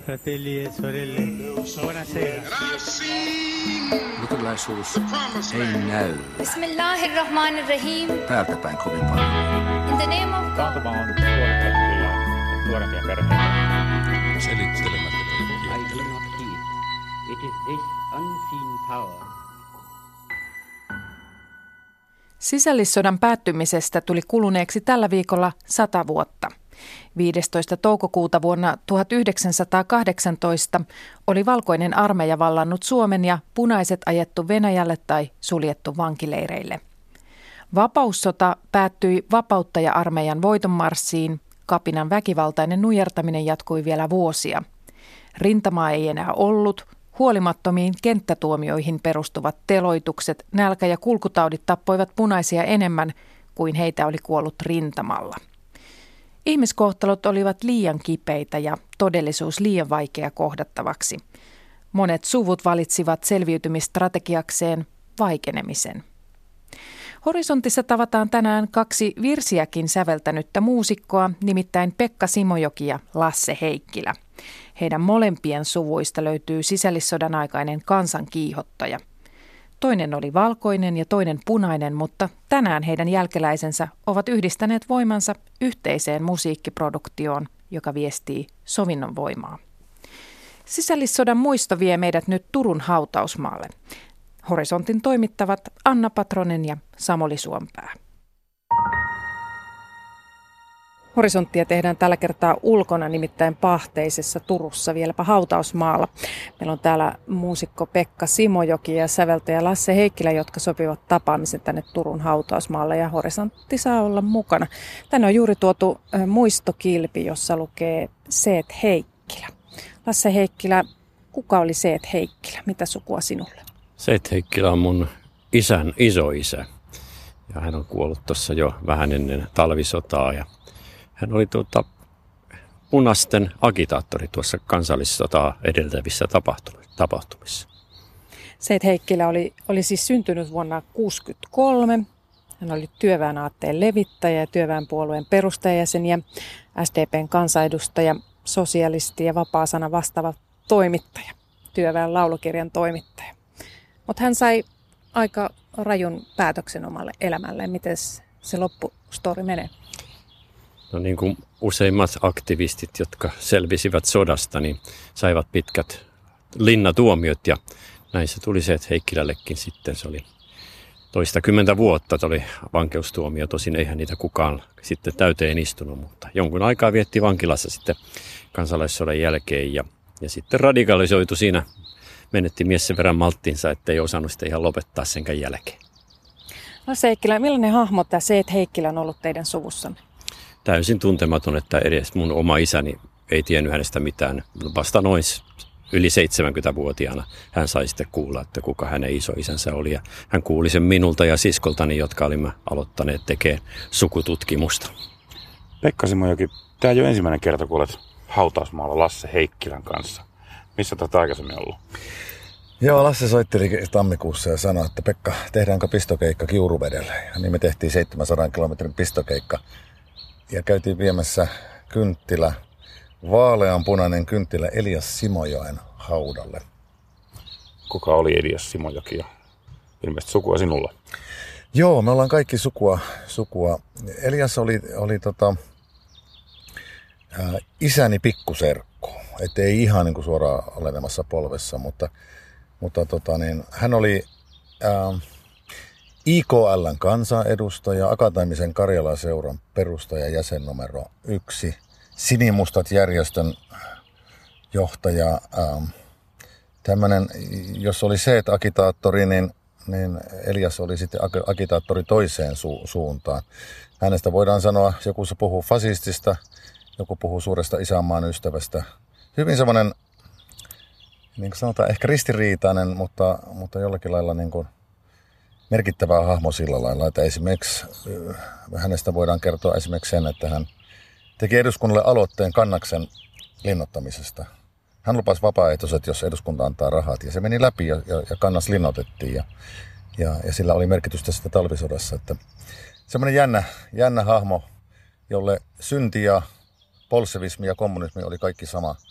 Fratelli e sorelle, buonasera. Luterilaisuus ei näy Bismillahirrahmanirrahim. täältä päin kovin paljon. In the name of God. Taantuma on huonossa kyllä nuorempia perheitä. Selittelemättä I do not heed. It is this unseen power. Sisällissodan päättymisestä tuli kuluneeksi tällä viikolla 100 vuotta. 15. toukokuuta vuonna 1918 oli valkoinen armeija vallannut Suomen ja punaiset ajettu Venäjälle tai suljettu vankileireille. Vapaussota päättyi vapauttaja-armeijan voitonmarssiin. Kapinan väkivaltainen nujertaminen jatkui vielä vuosia. Rintamaa ei enää ollut. Huolimattomiin kenttätuomioihin perustuvat teloitukset, nälkä- ja kulkutaudit tappoivat punaisia enemmän kuin heitä oli kuollut rintamalla. Ihmiskohtalot olivat liian kipeitä ja todellisuus liian vaikea kohdattavaksi. Monet suvut valitsivat selviytymistrategiakseen vaikenemisen. Horisontissa tavataan tänään kaksi virsiäkin säveltänyttä muusikkoa, nimittäin Pekka Simojoki ja Lasse Heikkilä. Heidän molempien suvuista löytyy sisällissodan aikainen kansankiihottaja. Toinen oli valkoinen ja toinen punainen, mutta tänään heidän jälkeläisensä ovat yhdistäneet voimansa yhteiseen musiikkiproduktioon, joka viestii sovinnon voimaa. Sisällissodan muisto vie meidät nyt Turun hautausmaalle. Horisontin toimittavat Anna Patronen ja Samuli Suompää. Horisonttia tehdään tällä kertaa ulkona, nimittäin Pahteisessa Turussa, vieläpä hautausmaalla. Meillä on täällä muusikko Pekka Simojoki ja säveltäjä Lasse Heikkilä, jotka sopivat tapaamisen tänne Turun hautausmaalle, ja Horisontti saa olla mukana. Tänne on juuri tuotu muistokilpi, jossa lukee Seet Heikkilä. Lasse Heikkilä, kuka oli Seet Heikkilä? Mitä sukua sinulle? Seet Heikkilä on mun isän isoisä, ja hän on kuollut tuossa jo vähän ennen talvisotaa, ja hän oli punaisten agitaattori tuossa kansallissotaa edeltävissä tapahtumissa. Seet Heikkilä oli siis syntynyt vuonna 1963. Hän oli työväen aatteen levittäjä ja työväenpuolueen perustajajäsen ja SDPn kansanedustaja, sosialisti ja vapaa-sana vastaava toimittaja, työväen laulukirjan toimittaja. Mutta hän sai aika rajun päätöksen omalle elämälleen. Miten se loppustori menee? No niin kuin useimmat aktivistit, jotka selvisivät sodasta, niin saivat pitkät linnatuomiot, ja näin se tuli Seet Heikkilällekin sitten. Se oli toistakymmentä vuotta oli vankeustuomio, tosin eihän niitä kukaan sitten täyteen istunut, mutta jonkun aikaa vietti vankilassa sitten kansalaissodan jälkeen, ja sitten radikalisoitu siinä, menetti mies sen verran malttinsa, ettei osannut sitä ihan lopettaa senkään jälkeen. Lasse Heikkilä, millainen hahmo tämä Seet Heikkilä on ollut teidän suvussanne? Täysin tuntematon, että edes mun oma isäni ei tiennyt hänestä mitään. Vasta noin yli 70-vuotiaana hän sai sitten kuulla, että kuka hänen isoisänsä oli. Ja hän kuuli sen minulta ja siskoltani, jotka olimme aloittaneet tekemään sukututkimusta. Pekka Simojoki, tämä ei ole ensimmäinen kerta, kun olet hautausmaalla Lasse Heikkilän kanssa. Missä tätä aikaisemmin ollut? Joo, Lasse soitteli tammikuussa ja sanoi, että Pekka, tehdäänkö pistokeikka Kiuruvedelle? Ja niin me tehtiin 700 kilometrin pistokeikka. Ja käytiin viemässä kynttilä, vaaleanpunainen kynttilä Elias Simojoen haudalle. Kuka oli Elias Simojoki ja ilmeisesti sukua sinulla? Joo, me ollaan kaikki sukua. Elias oli isäni pikkuserkku. Et ei ihan niin kuin suoraan olenemassa polvessa, mutta hän oli IKL:n kansanedustaja, Akateemisen Karjala-seuran perustaja, jäsen numero 1, Sinimustat järjestön johtaja. Tämmöinen, jos oli Seet-agitaattori, niin Elias oli sitten agitaattori toiseen suuntaan. Hänestä voidaan sanoa, joku puhuu fasistista, joku puhuu suuresta isänmaan ystävästä. Hyvin semmoinen, niin kuin sanotaan, ehkä ristiriitainen, mutta jollakin lailla niin kuin merkittävä hahmo sillä lailla, että esimerkiksi hänestä voidaan kertoa esimerkiksi sen, että hän teki eduskunnalle aloitteen Kannaksen linnoittamisesta. Hän lupasi vapaaehtoiset, jos eduskunta antaa rahat, ja se meni läpi ja Kannas linnoitettiin ja sillä oli merkitystä sitten talvisodassa. Että semmoinen jännä hahmo, jolle synti ja bolsevismi ja kommunismi oli kaikki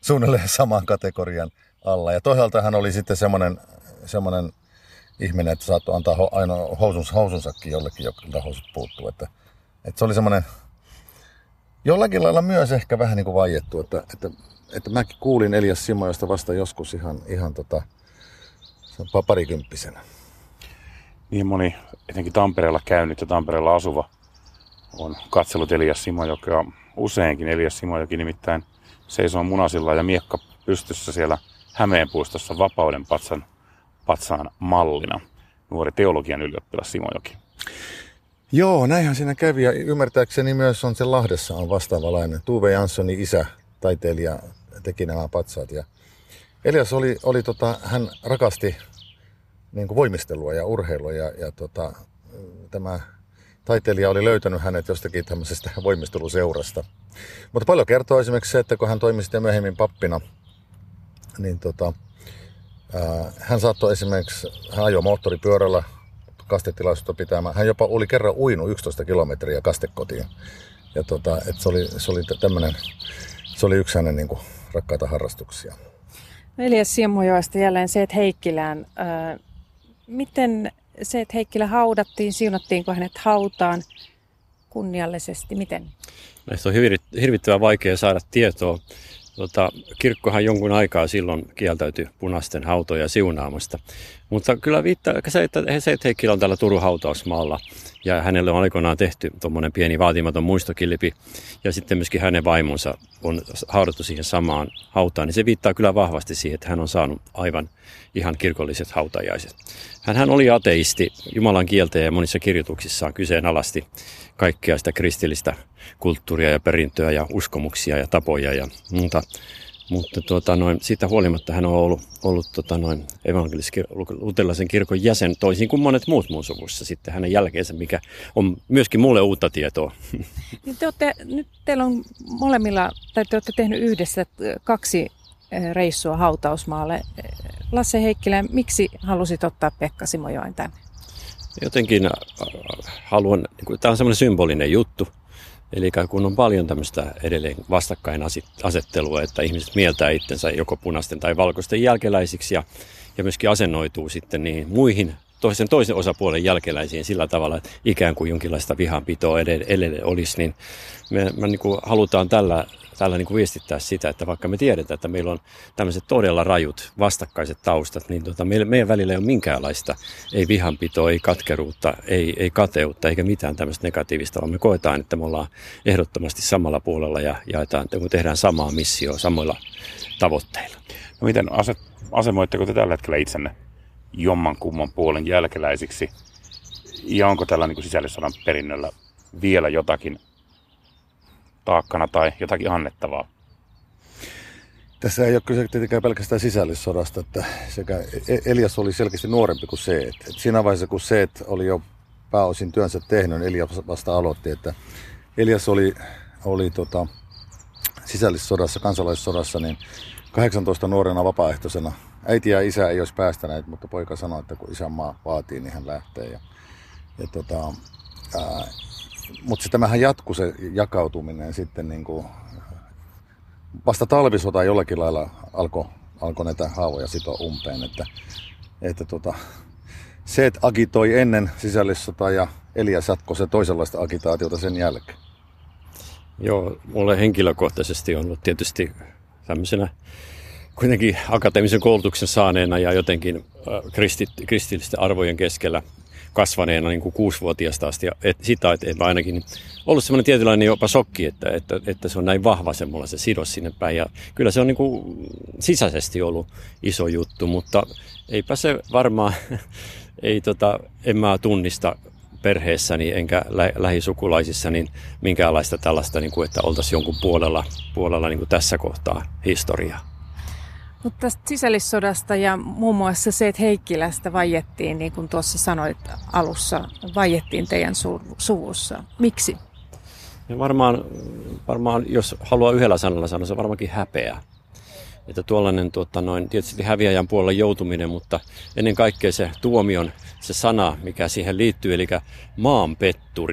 suunnilleen saman kategorian alla. Ja toisaalta hän oli sitten semmoinen ihminen, että saattoi antaa aina housunsakin jollekin, jolta housut puuttuu. Että se oli semmoinen jollakin lailla myös ehkä vähän niin kuin vaiettu, että mäkin kuulin Elias Simojosta vasta joskus ihan parikymppisenä. Niin moni, etenkin Tampereella käynyt ja Tampereella asuva, on katsellut Elias Simojokea useinkin. Elias Simojoki nimittäin seisoo munasilla ja miekka pystyssä siellä Hämeenpuistossa Vapauden patsaan mallina. Nuori teologian ylioppilas Simojoki. Joo, näinhän siinä kävi ja ymmärtääkseni myös on se Lahdessa on vastaavalainen. Tuve Janssonin isä, taiteilija, teki nämä patsaat. Ja Elias hän rakasti niin kuin voimistelua ja urheilua ja tämä taiteilija oli löytänyt hänet jostakin tämmöisestä voimisteluseurasta. Mutta paljon kertoo esimerkiksi se, että kun hän toimi sitten myöhemmin pappina, niin hän saattoi esimerkiksi, hän ajoi moottoripyörällä kastetilaisuutta pitämään. Hän jopa oli kerran uinut 11 kilometriä kastekotiin. Ja se oli yksi hänen niin kuin rakkaita harrastuksia. Elias Simojoesta jälleen Seet Heikkilään. Miten Seet Heikkilä haudattiin? Siunattiinko hänet hautaan kunniallisesti? Miten? Näistä on hirvittävän vaikea saada tietoa. Kirkkohan jonkun aikaa silloin kieltäytyi punaisten hautoja siunaamasta. Mutta kyllä viittaa se, että Seet Heikkilä on täällä Turun hautausmaalla ja hänelle on aikoinaan tehty tuommoinen pieni vaatimaton muistokilpi ja sitten myöskin hänen vaimonsa on haudattu siihen samaan hautaan. Niin se viittaa kyllä vahvasti siihen, että hän on saanut aivan ihan kirkolliset hautajaiset. Hän oli ateisti, Jumalan kieltäjä ja monissa kirjoituksissaan kyseenalaisti kaikkea sitä kristillistä kulttuuria ja perintöä ja uskomuksia ja tapoja ja muuta. Mutta siitä huolimatta hän on ollut evankelis-luterilaisen kirkon jäsen toisin kuin monet muut muun suvussa sitten hänen jälkeensä, mikä on myöskin mulle uutta tietoa. Niin nyt teillä on molemmilla, tai te olette tehnyt yhdessä 2 reissua hautausmaalle. Lasse Heikkilä, miksi halusit ottaa Pekka Simojoen tänne? Jotenkin haluan, tämä on semmoinen symbolinen juttu. Eli kun on paljon tämmöistä edelleen vastakkainasettelua, että ihmiset mieltää itsensä joko punaisten tai valkoisten jälkeläisiksi ja myöskin asennoituu sitten niihin muihin toisen osapuolen jälkeläisiin sillä tavalla, että ikään kuin jonkinlaista vihanpitoa edelleen olisi, niin me niin kuin halutaan tällä niin kuin viestittää sitä, että vaikka me tiedetään, että meillä on tämmöiset todella rajut vastakkaiset taustat, niin meidän välillä ei ole minkäänlaista, ei vihanpitoa, ei katkeruutta, ei kateutta eikä mitään tämmöistä negatiivista, vaan me koetaan, että me ollaan ehdottomasti samalla puolella ja tehdään samaa missioa samoilla tavoitteilla. No miten asemoitteko te tällä hetkellä itsenne jommankumman puolen jälkeläisiksi ja onko tällä niin kuin sisällissodan perinnöllä vielä jotakin taakkana tai jotakin annettavaa? Tässä ei ole kyse tietenkään pelkästään sisällissodasta, että sekä Elias oli selkeästi nuorempi kuin Seet. Siinä vaiheessa, kun Seet oli jo pääosin työnsä tehnyt, niin Elias vasta aloitti, että Elias oli sisällissodassa, kansalaissodassa, niin 18 nuorena vapaaehtoisena. Äiti ja isä ei olisi päästäneet, mutta poika sanoi, että kun isänmaa vaatii, niin hän lähtee. Mutta tämähän jatkui se jakautuminen sitten niin kuin vasta talvisota jollakin lailla alkoi näitä haavoja sitoa umpeen. Se, että agitoi ennen sisällissotaa ja Elias jatkoi se toisenlaista agitaatiota sen jälkeen. Joo, mulle henkilökohtaisesti on ollut tietysti tämmöisenä kuitenkin akateemisen koulutuksen saaneena ja jotenkin kristillisten arvojen keskellä kasvaneena niin kuin 6-vuotiaasta asti. Sitä eteenpäin ainakin ollut semmoinen tietynlainen jopa shokki, että se on näin vahva semmoinen se sidos sinne päin. Ja kyllä se on niin kuin sisäisesti ollut iso juttu, mutta eipä se varmaan, en mä tunnista perheessäni enkä lähisukulaisissa niin minkäänlaista tällaista, niin kuin, että oltaisiin jonkun puolella niin kuin tässä kohtaa historiaa. Mutta tästä sisällissodasta ja muun muassa Seet Heikkilästä vaiettiin, niin kuin tuossa sanoit alussa, vaiettiin teidän suvussa. Miksi? Ja varmaan, jos haluaa yhdellä sanalla sanoa, se on varmaankin häpeä. Että tuollainen tietysti häviäjän puolella joutuminen, mutta ennen kaikkea se tuomion, se sana, mikä siihen liittyy, eli maanpetturi.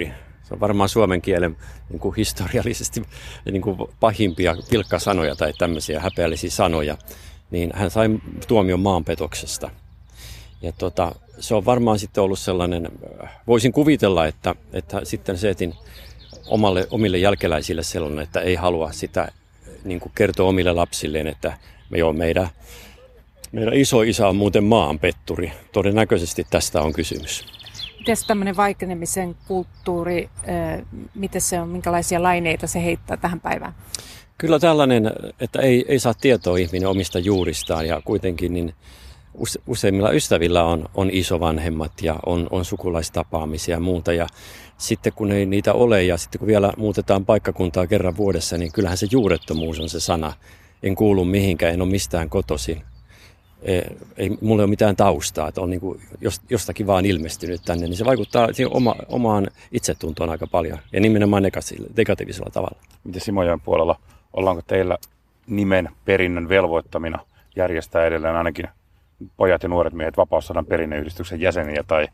Se on varmaan suomen kielen niin kuin historiallisesti niin kuin pahimpia pilkkasanoja tai tämmöisiä häpeällisiä sanoja. Niin hän sai tuomion maanpetoksesta. Ja se on varmaan sitten ollut sellainen, voisin kuvitella, että sitten Seetin omille jälkeläisille sellainen, että ei halua sitä niin kuin kertoa omille lapsilleen, että meidän isoisä on muuten maanpetturi. Todennäköisesti tästä on kysymys. Miten tämmöinen vaikenemisen kulttuuri, miten se on, minkälaisia laineita se heittää tähän päivään? Kyllä tällainen, että ei saa tietoa ihminen omista juuristaan ja kuitenkin niin useimmilla ystävillä on isovanhemmat ja on sukulaistapaamisia ja muuta. Ja sitten kun ei niitä ole ja sitten kun vielä muutetaan paikkakuntaa kerran vuodessa, niin kyllähän se juurettomuus on se sana. En kuulu mihinkään, en ole mistään kotoisin. Ei mulla ole mitään taustaa, että on niin kuin jostakin vaan ilmestynyt tänne, niin se vaikuttaa omaan itsetuntoon aika paljon ja nimenomaan negatiivisella tavalla. Miten Simojoen puolella, ollaanko teillä nimen perinnön velvoittamina järjestää edelleen ainakin pojat ja nuoret miehet Vapaussodan perinneyhdistyksen jäseniä? Tai?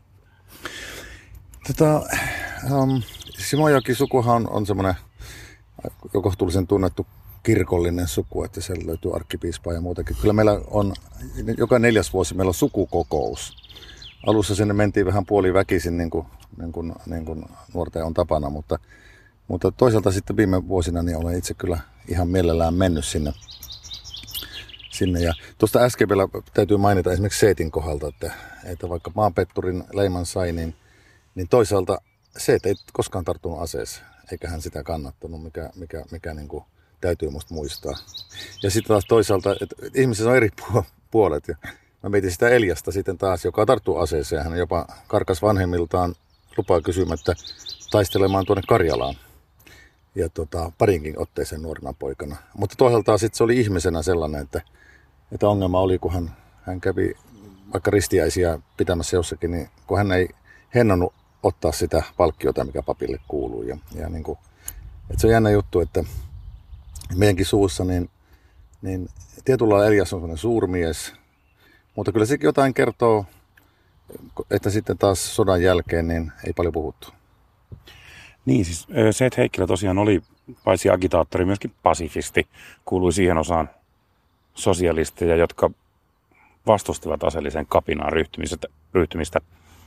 Simojoki sukuhan on semmoinen kohtuullisen tunnettu kirkollinen suku, että siellä löytyy arkkipiispaa ja muutakin. Kyllä meillä on, joka 4. vuosi meillä on sukukokous. Alussa sinne mentiin vähän puoliväkisin, niin kuin nuorten on tapana, mutta toisaalta sitten viime vuosina niin olen itse kyllä ihan mielellään mennyt sinne. Ja tuosta äsken vielä täytyy mainita esimerkiksi Seetin kohdalta, että vaikka maanpetturin leiman sai, niin toisaalta Seet ei koskaan tarttunut aseeseen, eikä hän sitä kannattanut, mikä niin kuin täytyy musta muistaa. Ja sitten taas toisaalta, että ihmisessä on eri puolet. Ja mä mietin sitä Eliasta sitten taas, joka tarttuu aseeseen. Hän jopa karkas vanhemmiltaan lupaa kysymättä taistelemaan tuonne Karjalaan. Ja parinkin otteeseen nuorena poikana. Mutta toisaalta sitten se oli ihmisenä sellainen, että ongelma oli, kun hän kävi vaikka ristiäisiä pitämässä jossakin, niin kun hän ei hennannut ottaa sitä palkkiota, mikä papille kuuluu. Ja niin kuin, että se on jännä juttu, että meidänkin suussa, niin tietyllä lailla Elias on sellainen suurmies, mutta kyllä sekin jotain kertoo, että sitten taas sodan jälkeen niin ei paljon puhuttu. Niin, siis Seet Heikkilä tosiaan oli paitsi agitaattori, myöskin pasifisti. Kuului siihen osaan sosialisteja, jotka vastustivat aseelliseen kapinaan ryhtymistä.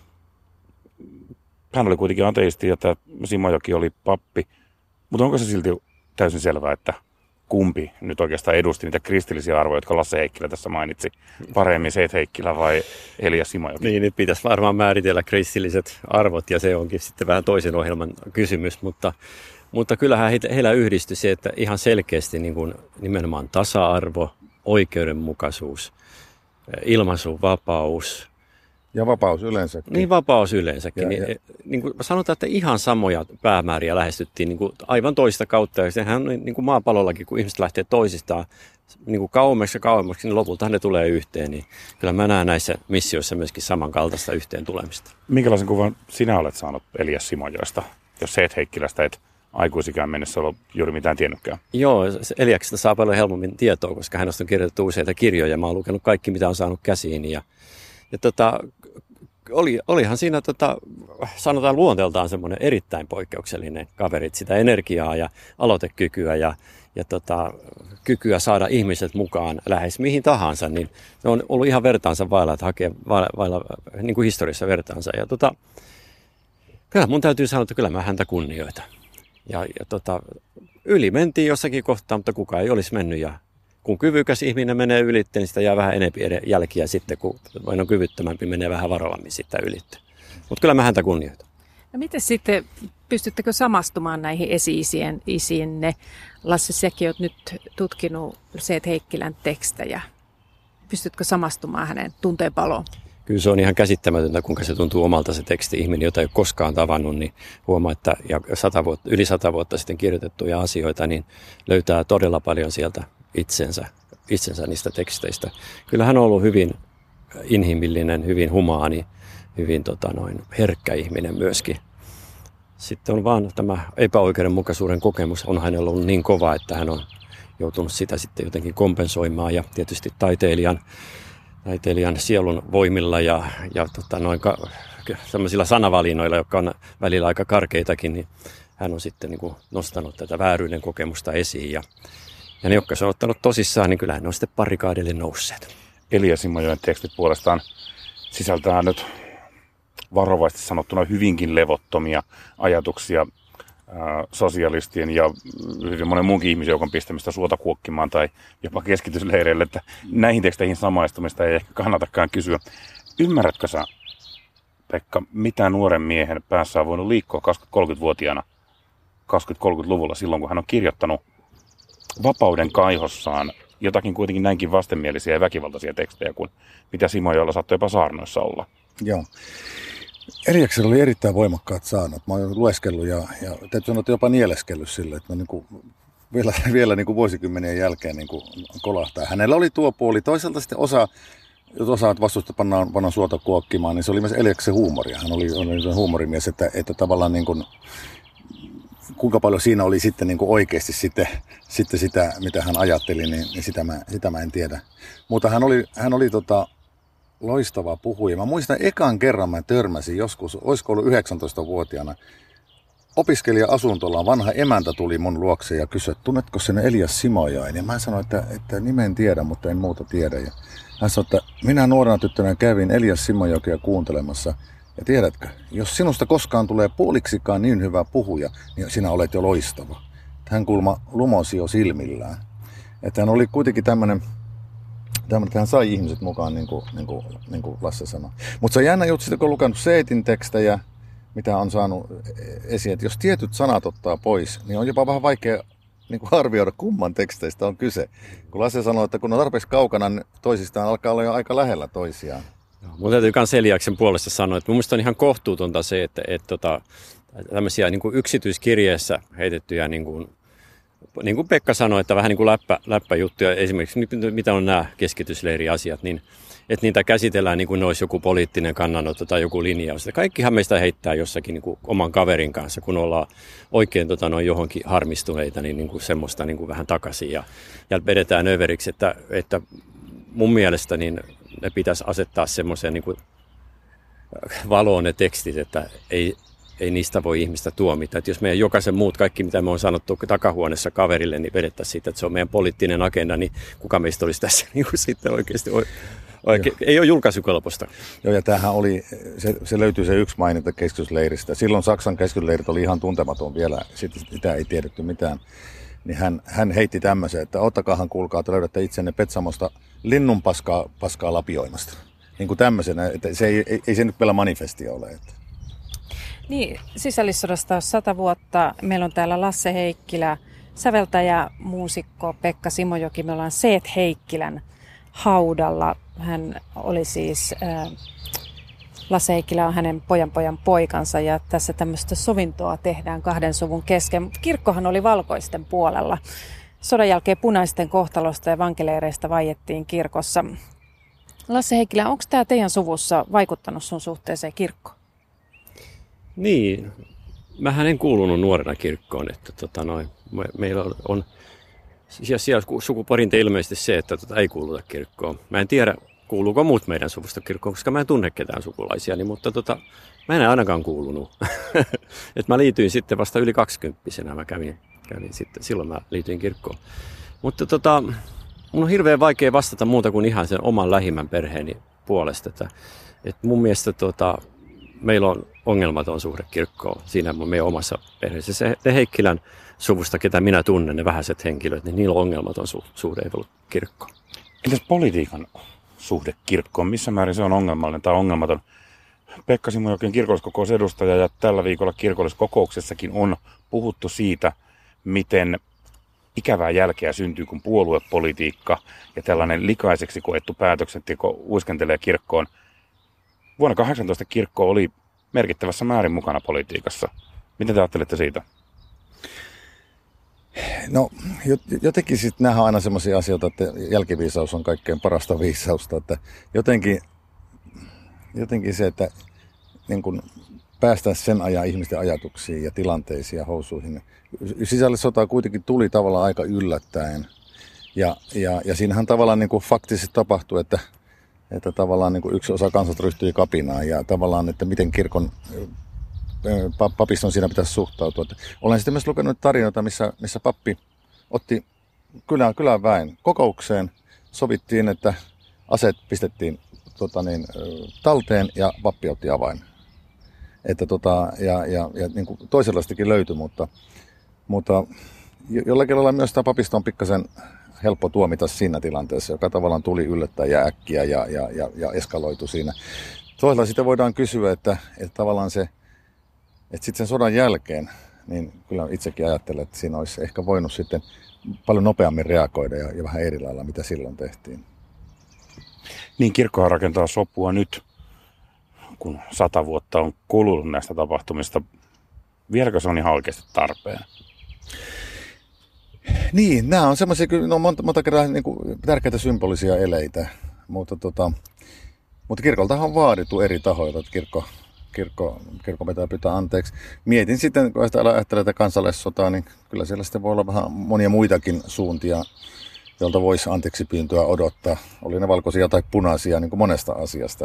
Hän oli kuitenkin ateisti ja tämä Simojoki oli pappi, mutta onko se silti täysin selvää, että kumpi nyt oikeastaan edusti niitä kristillisiä arvoja, jotka Lasse Heikkilä tässä mainitsi, paremmin Seet Heikkilä vai Elias Simojoki? Niin, nyt pitäisi varmaan määritellä kristilliset arvot ja se onkin sitten vähän toisen ohjelman kysymys, mutta kyllähän heillä yhdistyi se, että ihan selkeästi niin kuin nimenomaan tasa-arvo, oikeudenmukaisuus, ilmaisuvapaus. Ja vapaus yleensäkin. Niin, vapaus yleensäkin. Niin kuin sanotaan, että ihan samoja päämääriä lähestyttiin niin kuin aivan toista kautta. Ja sehän on niin kuin maapallollakin, kun ihmiset lähtee toisistaan niin kuin kauemmaksi ja kauemmaksi, niin lopulta ne tulee yhteen. Niin kyllä mä näen näissä missioissa myöskin samankaltaista yhteen tulemista. Minkälaisen kuvan sinä olet saanut Elias Simojoesta, jos Seet Heikkilästä et aikuisikään mennessä ole juuri mitään tiennytkään? Joo, Eliaksesta saa paljon helpommin tietoa, koska hänestä on kirjoitettu useita kirjoja. Mä oon lukenut kaikki, mitä on saanut käsiin. Ja olihan siinä sanotaan luonteeltaan semmoinen erittäin poikkeuksellinen kaveri, sitä energiaa ja aloitekykyä ja kykyä saada ihmiset mukaan lähes mihin tahansa, niin ne on ollut ihan vertaansa vailla, että hakee vailla niin kuin historiassa vertaansa. Ja kyllä mun täytyy sanoa, että kyllä mä häntä kunnioitan. Ja yli mentiin jossakin kohtaa, mutta kukaan ei olisi mennyt ja kun kyvykäs ihminen menee ylitte, niin sitä jää vähän enempi jälkiä sitten, kun vain on kyvyttömämpi, menee vähän varovammin sitä ylitte. Mutta kyllä mä häntä kunnioitan. No miten sitten, pystyttekö samastumaan näihin esi-isiinne? Lasse, säkin olet nyt tutkinut Seet Heikkilän tekstejä. Pystytkö samastumaan hänen tunteenpaloon? Kyllä se on ihan käsittämätöntä, kuinka se tuntuu omalta se teksti. Ihminen, jota ei ole koskaan tavannut, niin huomaa, että yli 100 vuotta sitten kirjoitettuja asioita, niin löytää todella paljon sieltä itsensä niistä teksteistä. Kyllä hän on ollut hyvin inhimillinen, hyvin humaani, hyvin herkkä ihminen myöskin. Sitten on vaan tämä epäoikeudenmukaisuuden kokemus on hänellä ollut niin kova, että hän on joutunut sitä sitten jotenkin kompensoimaan ja tietysti taiteilijan sielun voimilla ja sellaisilla sanavalinnoilla, jotka on välillä aika karkeitakin, niin hän on sitten niin kuin nostanut tätä vääryyden kokemusta esiin. Ja ne, jotka se on ottanut tosissaan, niin kyllähän ne on sitten barrikaadille nousseet. Elias Simojoen tekstit puolestaan sisältää nyt varovasti sanottuna hyvinkin levottomia ajatuksia sosialistien ja hyvin monen muunkin ihmisjoukon pistämistä suota kuokkimaan tai jopa keskitysleireille, että näihin teksteihin samaistumista ei ehkä kannatakaan kysyä. Ymmärrätkö sä, Pekka, mitä nuoren miehen päässä on voinut liikkua 20-30-vuotiaana 20-30-luvulla silloin, kun hän on kirjoittanut vapauden kaihossaan jotakin kuitenkin näinkin vastenmielisiä ja väkivaltaisia tekstejä kuin mitä Simojoella saattoi jopa saarnoissa olla? Joo. Eliaksella oli erittäin voimakkaat saarnat. Mä oon lueskellut ja täytyy sanoa, että jopa nieleskellyt sille, että niin kuin vielä niin kuin vuosikymmenien jälkeen niin kuin kolahtaa. Hänellä oli tuo puoli. Toisaalta sitten osa että vastusta pannaan suota kuokkimaan, niin se oli myös Eliaksen huumoria. Hän oli huumorimies, että tavallaan niin kuin, kuinka paljon siinä oli sitten niin kuin oikeasti sitten sitä, mitä hän ajatteli, niin sitä mä en tiedä. Mutta hän oli loistava puhuja. Mä muistan, ekan kerran mä törmäsin joskus, olisiko ollut 19-vuotiaana, opiskelija-asuntolla vanha emäntä tuli mun luokse ja kysyi, että tunnetko sen Elias Simojoen? Ja mä sanoin, että nimen tiedä, mutta en muuta tiedä. Ja hän sanoi, että minä nuorena tyttönä kävin Elias Simojokea kuuntelemassa. Ja tiedätkö, jos sinusta koskaan tulee puoliksikaan niin hyvä puhuja, niin sinä olet jo loistava. Hän kuulemma lumosi jo silmillään. Että hän oli kuitenkin tämmöinen, että hän sai ihmiset mukaan, niin kuin Lasse sanoi. Mutta se on jännä juttu, kun on lukenut Seetin tekstejä, mitä on saanut esiin, että jos tietyt sanat ottaa pois, niin on jopa vähän vaikea niin kuin arvioida, kumman teksteistä on kyse. Kun Lasse sanoi, että kun on tarpeeksi kaukana, niin toisistaan alkaa olla jo aika lähellä toisiaan. Mun täytyy myös Eliaksen puolesta sanoa, että mun mielestä on ihan kohtuutonta se, että tämmöisiä niin kuin yksityiskirjeessä heitettyjä, niin kuin Pekka sanoi, että vähän niin kuin läppäjuttuja, esimerkiksi mitä on nämä keskitysleiriasiat, niin että niitä käsitellään niin kuin ne olisi joku poliittinen kannanotto tai joku linjaus. Ja kaikkihan meistä heittää jossakin niin kuin oman kaverin kanssa, kun ollaan oikein johonkin harmistuneita, niin kuin semmoista niin kuin vähän takaisin ja vedetään överiksi, että mun mielestä niin ne pitäisi asettaa semmoiseen niin kuin valoon ne tekstit, että ei niistä voi ihmistä tuomita. Että jos meidän jokaisen muut, kaikki mitä me on sanottu takahuoneessa kaverille, niin vedettäisiin siitä, että se on meidän poliittinen agenda, niin kuka meistä olisi tässä niin kuin sitten oikeasti ei ole julkaisukelpoista. Joo, ja tämähän oli, se löytyy se yksi maininta keskitysleiristä. Silloin Saksan keskitysleirit oli ihan tuntematon vielä, sitä ei tiedetty mitään. Niin hän heitti tämmöisen, että ottakaahan kuulkaa, että löydätte itsenne Petsamosta linnun paskaa lapioimasta. Niin kuin tämmöisenä, että se ei se nyt vielä manifestia ole. Että. Niin, sisällissodasta on 100 vuotta. Meillä on täällä Lasse Heikkilä, säveltäjä, muusikko Pekka Simojoki. Me ollaan Seet Heikkilän haudalla. Hän oli siis, Lasse Heikkilä on hänen pojan poikansa ja tässä tämmöistä sovintoa tehdään kahden suvun kesken. Kirkkohan oli valkoisten puolella. Sodan jälkeen punaisten kohtalosta ja vankileireistä vaiettiin kirkossa. Lasse Heikkilä, onko tämä teidän suvussa vaikuttanut sun suhteeseen kirkkoon? Niin, mähän en kuulunut nuorena kirkkoon, että meillä on siellä sukuparinta ilmeisesti se, että ei kuuluta kirkkoon. Mä en tiedä, kuuluuko muut meidän suvusta kirkkoon, koska mä en tunne ketään sukulaisia, mutta mä en ainakaan kuulunut. Et mä liityin sitten vasta yli 20-vuotiaana, mä kävin sitten, silloin mä liityin kirkkoon. Mutta mun on hirveän vaikea vastata muuta kuin ihan sen oman lähimmän perheeni puolesta, että mun mielestä meillä on ongelmaton suhde kirkkoon siinä meidän omassa perheessä. Se Heikkilän suvusta, ketä minä tunnen, ne vähäiset henkilöt, niin niillä on ongelmaton suhde kirkkoon. Entäs politiikan suhde kirkkoon? Missä määrin se on ongelmallinen tai ongelmaton? Pekka Simojoki, kirkolliskokousedustaja, ja tällä viikolla kirkolliskokouksessakin on puhuttu siitä, miten ikävää jälkeä syntyy, kun puoluepolitiikka ja tällainen likaiseksi koettu päätöksenteko uiskentelee kirkkoon. Vuonna 2018 kirkko oli merkittävässä määrin mukana politiikassa. Miten te ajattelette siitä? No jotenkin sitten nähdään aina sellaisia asioita, että jälkiviisaus on kaikkein parasta viisausta. Että jotenkin se, että niin kun päästään sen ajan ihmisten ajatuksiin ja tilanteisiin ja housuihin. Sisällissota kuitenkin tuli tavallaan aika yllättäen. Ja siinähän tavallaan niin kuin faktisesti tapahtui, että että tavallaan niin kuin yksi osa kansasta ryhtyi kapinaan ja tavallaan, että miten kirkon papiston siinä pitäisi suhtautua. Että olen sitten myös lukenut tarinoita, missä pappi otti kylän väen kokoukseen, sovittiin, että aseet pistettiin talteen ja pappi otti avain. Että ja niin kuin toisenlaistakin löytyi, mutta jollakin lailla myös tämä papisto on pikkasen helppo tuomita siinä tilanteessa, joka tavallaan tuli yllättäen ja äkkiä ja eskaloitu siinä. Toisaalta sitten voidaan kysyä, että tavallaan se, että sitten sen sodan jälkeen, niin kyllä itsekin ajattelen, että siinä olisi ehkä voinut sitten paljon nopeammin reagoida ja vähän eri lailla, mitä silloin tehtiin. Niin, kirkkohan rakentaa sopua nyt, kun 100 vuotta on kulunut näistä tapahtumista. Vieläkö se on ihan oikeasti tarpeen? Niin, nämä on semmoisia monta kertaa niin kuin tärkeitä symbolisia eleitä, mutta kirkoltahan on vaadittu eri tahoilta, että kirkko pitää pyytää anteeksi. Mietin sitten, kun ajattelee tätä kansalaissotaa, niin kyllä siellä sitten voi olla vähän monia muitakin suuntia, joilta voisi anteeksi pyyntöä odottaa. Oli ne valkoisia tai punaisia niin kuin monesta asiasta,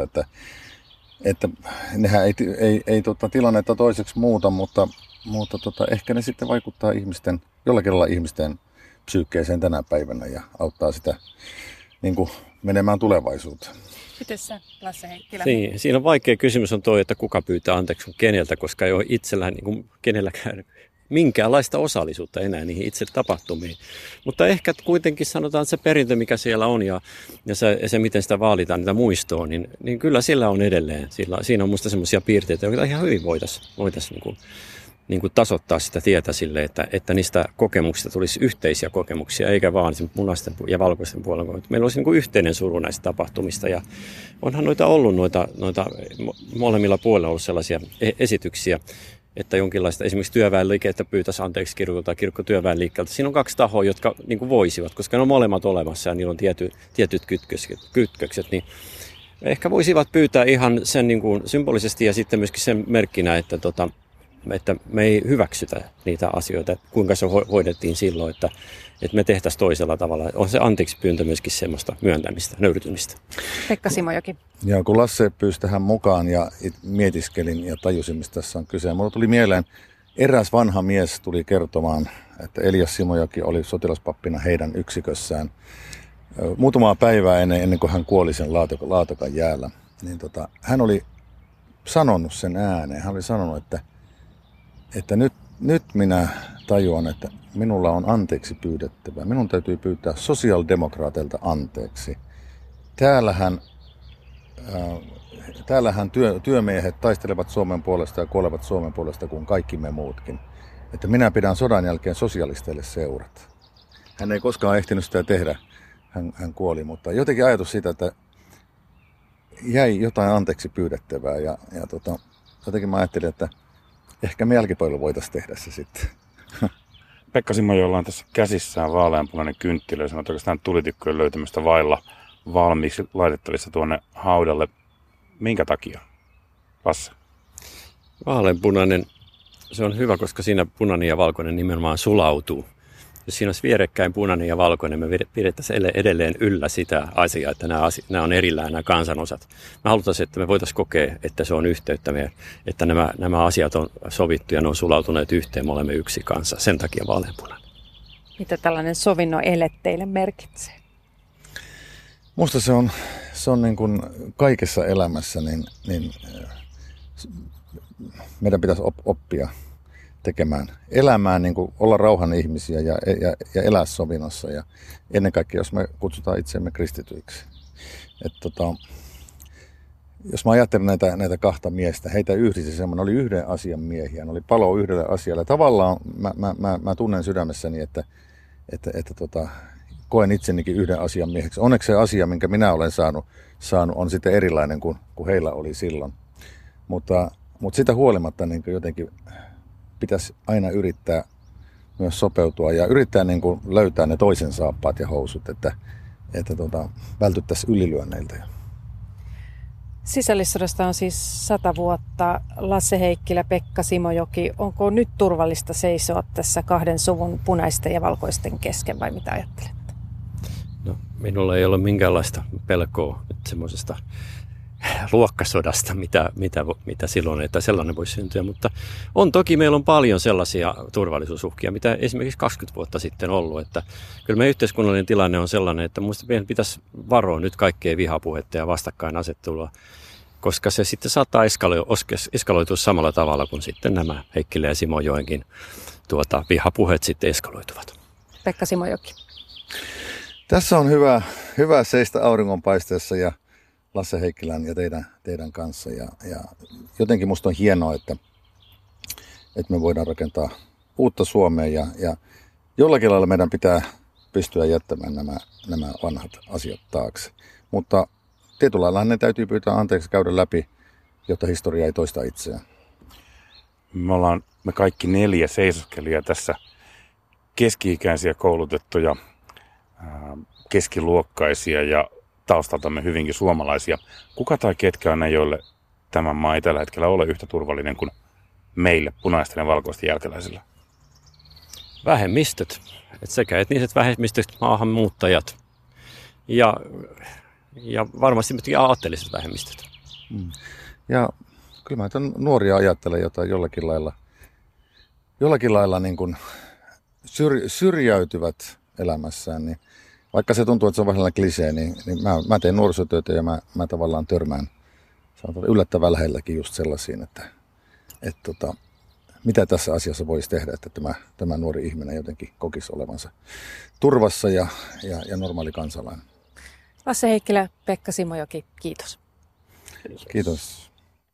että nehän ei tilannetta toiseksi muuta, mutta ehkä ne sitten vaikuttaa jollakin lailla ihmisten psyykkeeseen tänä päivänä ja auttaa sitä niin kuin menemään tulevaisuuteen. Miten sä, Lasse Heikkilä? Niin, siinä on vaikea kysymys on toi, että kuka pyytää anteeksi keneltä, koska ei ole itsellään niin kuin kenelläkään minkäänlaista osallisuutta enää niihin itse tapahtumiin. Mutta ehkä kuitenkin sanotaan, että se perintö, mikä siellä on ja se miten sitä vaalitaan, niitä muistoa, niin kyllä sillä on edelleen. Siinä on musta semmoisia piirteitä, joita ihan hyvin voitaisiin niin kuin tasoittaa sitä tietä sille, että niistä kokemuksista tulisi yhteisiä kokemuksia, eikä vaan punaisten ja valkoisten puolella. Meillä olisi niin kuin yhteinen suru näistä tapahtumista, ja onhan noita ollut noita molemmilla puolilla ollut sellaisia esityksiä, että jonkinlaista esimerkiksi työväenliikettä pyytäisi anteeksi kirkolta tai kirkkotyöväenliikkeeltä. Siinä on 2 tahoa, jotka niin kuin voisivat, koska ne on molemmat olemassa ja niillä on tietyt kytkökset, niin ehkä voisivat pyytää ihan sen niin kuin symbolisesti ja sitten myöskin sen merkkinä, että me ei hyväksytä niitä asioita, kuinka se hoidettiin silloin, että me tehtäisiin toisella tavalla. On se anteeksi pyyntö myöskin semmoista myöntämistä, nöyrtymistä. Pekka Simojoki. Ja kun Lasse pyysi tähän mukaan ja mietiskelin ja tajusin, mistä tässä on kyse. Mulla tuli mieleen, eräs vanha mies tuli kertomaan, että Elias Simojoki oli sotilaspappina heidän yksikössään muutamaa päivää ennen kuin hän kuoli sen laatokan jäällä. Niin hän oli sanonut sen ääneen. Hän oli sanonut, että nyt minä tajuan, että minulla on anteeksi pyydettävää. Minun täytyy pyytää sosiaalidemokraateilta anteeksi. Täällähän työmiehet taistelevat Suomen puolesta ja kuolevat Suomen puolesta kuin kaikki me muutkin. Että minä pidän sodan jälkeen sosialisteille seurat. Hän ei koskaan ehtinyt sitä tehdä. Hän kuoli, mutta jotenkin ajatus siitä, että jäi jotain anteeksi pyydettävää. Ja jotenkin mä ajattelin, että ehkä me jälkipolvilla voitaisiin tehdä se sitten. Pekka Simojoella on tässä käsissään vaaleanpunainen kynttilä, ja se on oikeastaan tulitikkojen löytämistä vailla valmiiksi laitettavissa tuonne haudalle. Minkä takia, Lasse? Vaaleanpunainen, se on hyvä, koska siinä punainen ja valkoinen nimenomaan sulautuu. Jos siinä olisi vierekkäin punainen ja valkoinen, me pidettäisiin edelleen yllä sitä asiaa, että nämä on erillään nämä kansanosat. Mä haluaisin, että me voitaisiin kokea, että se on yhteyttä, että nämä asiat on sovittu ja ne on sulautuneet yhteen, me olemme yksi kansa. Sen takia vaaleanpunainen. Mitä tällainen sovinnon ele teille merkitsee? Musta se on niin kuin kaikessa elämässä, niin meidän pitäisi oppia tekemään elämään, niin kuin olla rauhan ihmisiä ja elää sovinnossa. Ja ennen kaikkea, jos me kutsutaan itseämme kristityiksi. Jos mä ajattelen näitä 2 miestä, heitä yhdisi semmoinen, oli yhden asian miehiä, ne oli palo yhdellä asialla. Tavallaan mä tunnen sydämessäni, että koen itsenikin yhden asian mieheksi. Onneksi se asia, minkä minä olen saanut on sitten erilainen kuin heillä oli silloin. Mutta sitä huolimatta niin jotenkin pitäisi aina yrittää myös sopeutua ja yrittää niin kuin löytää ne toisen saappaat ja housut, että vältyttäisiin ylilyönneiltä. Sisällissodasta on siis 100 vuotta. Lasse Heikkilä, Pekka Simojoki, onko nyt turvallista seisoa tässä 2 suvun punaisten ja valkoisten kesken vai mitä ajattelette? No, minulla ei ole minkäänlaista pelkoa nyt semmoisesta luokkasodasta, mitä silloin, että sellainen voisi syntyä. Mutta meillä on paljon sellaisia turvallisuusuhkia, mitä esimerkiksi 20 vuotta sitten ollut. Että kyllä meidän yhteiskunnallinen tilanne on sellainen, että minusta meidän pitäisi varoa nyt kaikkea vihapuhetta ja vastakkainasettelua, koska se sitten saattaa eskaloitua samalla tavalla kuin sitten nämä Heikkilä ja Simojoenkin vihapuheet sitten eskaloituvat. Pekka Simojoki. Tässä on hyvä seistä auringonpaisteessa ja Lasse Heikkilän ja teidän kanssa. Ja jotenkin musta on hienoa, että me voidaan rakentaa uutta Suomea ja jollakin lailla meidän pitää pystyä jättämään nämä vanhat asiat taakse. Mutta tietyllä lailla ne täytyy pyytää anteeksi käydä läpi, jotta historia ei toista itseään. Me kaikki 4 seisoskelijaa tässä keski-ikäisiä koulutettuja, keskiluokkaisia ja taustaltamme hyvinkin suomalaisia. Kuka tai ketkä on ne, joille tämän maa ei tällä hetkellä ole yhtä turvallinen kuin meille punaisten ja valkoisten jälkeläisillä? Vähemmistöt. Sekä etniset vähemmistöt, maahanmuuttajat ja varmasti myöskin aatteelliset vähemmistöt. Ja kyllä mä tämän nuoria ajattelen, jota jollakin lailla niin kuin syrjäytyvät elämässään, niin vaikka se tuntuu, että se on vähän sellainen klisee, niin mä teen nuorisotyötä ja mä tavallaan törmään yllättävän lähelläkin just sellaisiin, että mitä tässä asiassa voisi tehdä, että tämä nuori ihminen jotenkin kokisi olevansa turvassa ja normaali kansalainen. Lasse Heikkilä, Pekka Simojoki, kiitos. Kiitos.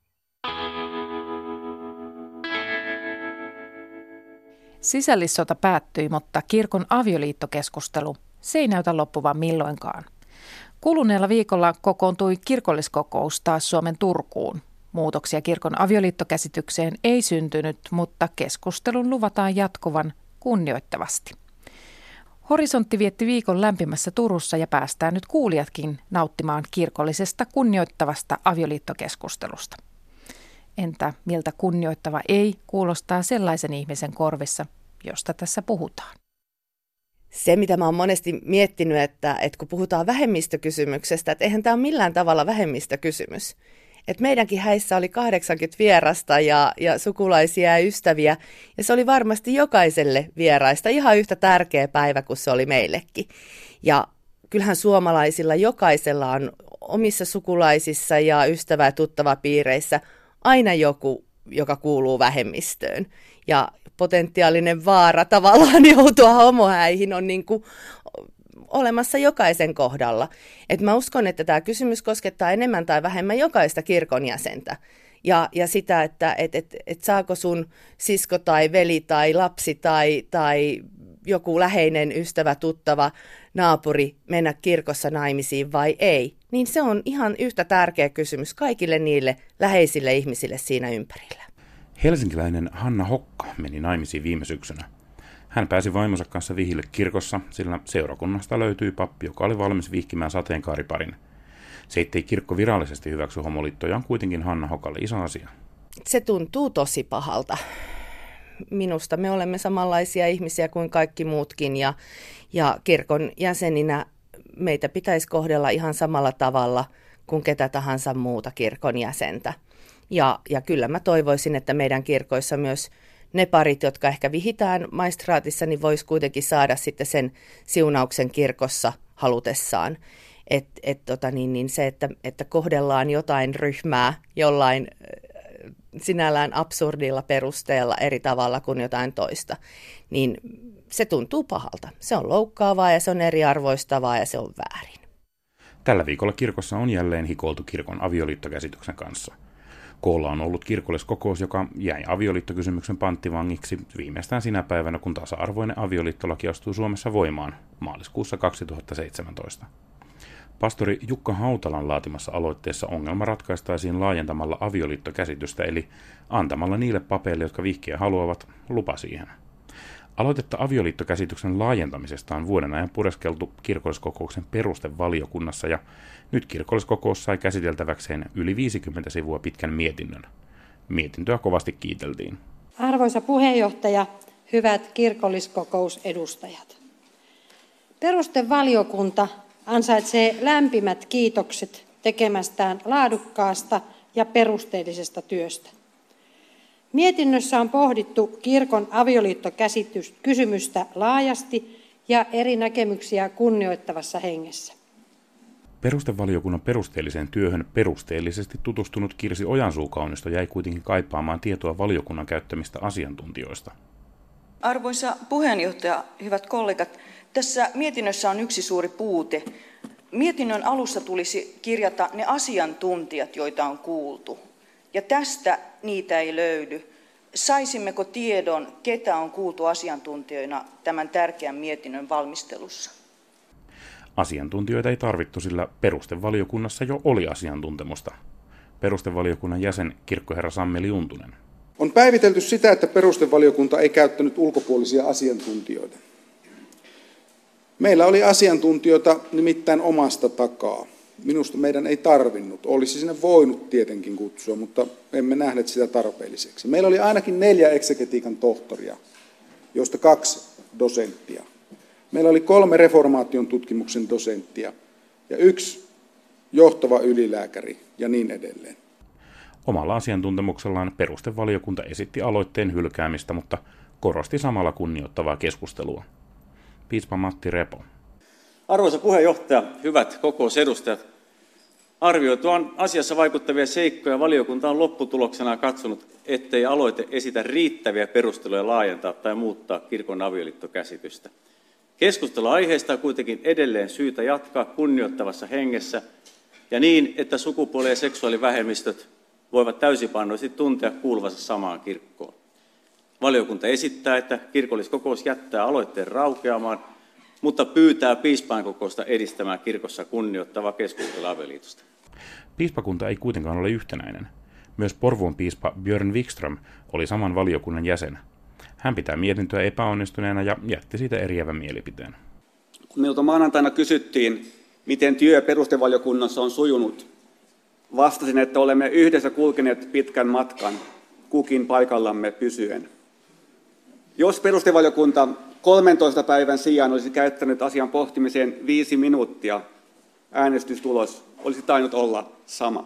Sisällissota päättyi, mutta kirkon avioliittokeskustelu se ei näytä loppuvan milloinkaan. Kuluneella viikolla kokoontui kirkolliskokous taas Suomen Turkuun. Muutoksia kirkon avioliittokäsitykseen ei syntynyt, mutta keskustelun luvataan jatkuvan kunnioittavasti. Horisontti vietti viikon lämpimässä Turussa ja päästään nyt kuulijatkin nauttimaan kirkollisesta kunnioittavasta avioliittokeskustelusta. Entä miltä kunnioittava ei kuulostaa sellaisen ihmisen korvissa, josta tässä puhutaan? Se, mitä mä oon monesti miettinyt, että kun puhutaan vähemmistökysymyksestä, että eihän tämä ole millään tavalla vähemmistökysymys. Että meidänkin häissä oli 80 vierasta ja sukulaisia ja ystäviä, ja se oli varmasti jokaiselle vieraista ihan yhtä tärkeä päivä kuin se oli meillekin. Ja kyllähän suomalaisilla jokaisella on omissa sukulaisissa ja ystävä- ja tuttavapiireissä aina joku, joka kuuluu vähemmistöön. Ja potentiaalinen vaara tavallaan joutua homohäihin on niin kuin olemassa jokaisen kohdalla. Et mä uskon, että tämä kysymys koskettaa enemmän tai vähemmän jokaista kirkon jäsentä. Ja sitä, että saako sun sisko tai veli tai lapsi tai joku läheinen ystävä, tuttava, naapuri mennä kirkossa naimisiin vai ei, niin se on ihan yhtä tärkeä kysymys kaikille niille läheisille ihmisille siinä ympärillä. Helsinkiläinen Hanna Hokka meni naimisiin viime syksynä. Hän pääsi vaimonsa kanssa vihille kirkossa, sillä seurakunnasta löytyi pappi, joka oli valmis vihkimään sateenkaariparin. Se, ettei kirkko virallisesti hyväksy homoliittoja, on kuitenkin Hanna Hokalle iso asia. Se tuntuu tosi pahalta. Minusta me olemme samanlaisia ihmisiä kuin kaikki muutkin ja kirkon jäseninä meitä pitäisi kohdella ihan samalla tavalla kuin ketä tahansa muuta kirkon jäsentä. Ja kyllä mä toivoisin, että meidän kirkoissa myös ne parit, jotka ehkä vihitään maistraatissa, niin vois kuitenkin saada sitten sen siunauksen kirkossa halutessaan. Se, että kohdellaan jotain ryhmää jollain sinällään absurdilla perusteella eri tavalla kuin jotain toista, niin se tuntuu pahalta. Se on loukkaavaa ja se on eriarvoistavaa ja se on väärin. Tällä viikolla kirkossa on jälleen hikoiltu kirkon avioliittokäsityksen kanssa. Koolla on ollut kirkolliskokous, joka jäi avioliittokysymyksen panttivangiksi viimeistään sinä päivänä, kun tasa-arvoinen avioliittolaki astuu Suomessa voimaan maaliskuussa 2017. Pastori Jukka Hautalan laatimassa aloitteessa ongelma ratkaistaisiin laajentamalla avioliittokäsitystä, eli antamalla niille papeille, jotka vihkiä haluavat, lupa siihen. Aloitetta avioliittokäsityksen laajentamisesta on vuoden ajan pureskeltu kirkolliskokouksen perustevaliokunnassa ja nyt kirkolliskokous sai käsiteltäväkseen yli 50 sivua pitkän mietinnön. Mietintöä kovasti kiiteltiin. Arvoisa puheenjohtaja, hyvät kirkolliskokousedustajat. Perustevaliokunta ansaitsee lämpimät kiitokset tekemästään laadukkaasta ja perusteellisesta työstä. Mietinnössä on pohdittu kirkon avioliittokysymystä laajasti ja eri näkemyksiä kunnioittavassa hengessä. Perustevaliokunnan perusteelliseen työhön perusteellisesti tutustunut Kirsi Ojansuu-Kaunisto jäi kuitenkin kaipaamaan tietoa valiokunnan käyttämistä asiantuntijoista. Arvoisa puheenjohtaja, hyvät kollegat, tässä mietinnössä on yksi suuri puute. Mietinnön alussa tulisi kirjata ne asiantuntijat, joita on kuultu, ja tästä niitä ei löydy. Saisimmeko tiedon, ketä on kuultu asiantuntijoina tämän tärkeän mietinnön valmistelussa? Asiantuntijoita ei tarvittu, sillä perustevaliokunnassa jo oli asiantuntemusta. Perustevaliokunnan jäsen kirkkoherra Sammeli Juntunen. On päivitelty sitä, että perustevaliokunta ei käyttänyt ulkopuolisia asiantuntijoita. Meillä oli asiantuntijoita nimittäin omasta takaa. Minusta meidän ei tarvinnut. Olisi sinne voinut tietenkin kutsua, mutta emme nähneet sitä tarpeelliseksi. Meillä oli ainakin 4 eksegetiikan tohtoria, joista 2 dosenttia. Meillä oli 3 reformaation tutkimuksen dosenttia ja 1 johtava ylilääkäri ja niin edelleen. Omalla asiantuntemuksellaan perustevaliokunta esitti aloitteen hylkäämistä, mutta korosti samalla kunnioittavaa keskustelua. Piispa Matti Repo. Arvoisa puheenjohtaja, hyvät kokousedustajat. Arvioituaan asiassa vaikuttavia seikkoja valiokunta on lopputuloksena katsonut, ettei aloite esitä riittäviä perusteluja laajentaa tai muuttaa kirkon avioliittokäsitystä. Keskustelua aiheesta on kuitenkin edelleen syytä jatkaa kunnioittavassa hengessä ja niin, että sukupuoli- ja seksuaalivähemmistöt voivat täysipainoisesti tuntea kuuluvansa samaan kirkkoon. Valiokunta esittää, että kirkolliskokous jättää aloitteen raukeamaan, mutta pyytää piispainkokousta edistämään kirkossa kunnioittavaa keskustelua avioliitosta. Piispakunta ei kuitenkaan ole yhtenäinen. Myös Porvoon piispa Björn Wikström oli saman valiokunnan jäsen. Hän pitää mietintöä epäonnistuneena ja jätti siitä eriävän mielipiteen. Kun minulta maanantaina kysyttiin, miten työ perustevaliokunnassa on sujunut, vastasin, että olemme yhdessä kulkeneet pitkän matkan, kukin paikallamme pysyen. Jos perustevaliokunta 13 päivän sijaan olisi käyttänyt asian pohtimiseen 5 minuuttia, äänestystulos olisi tainnut olla sama.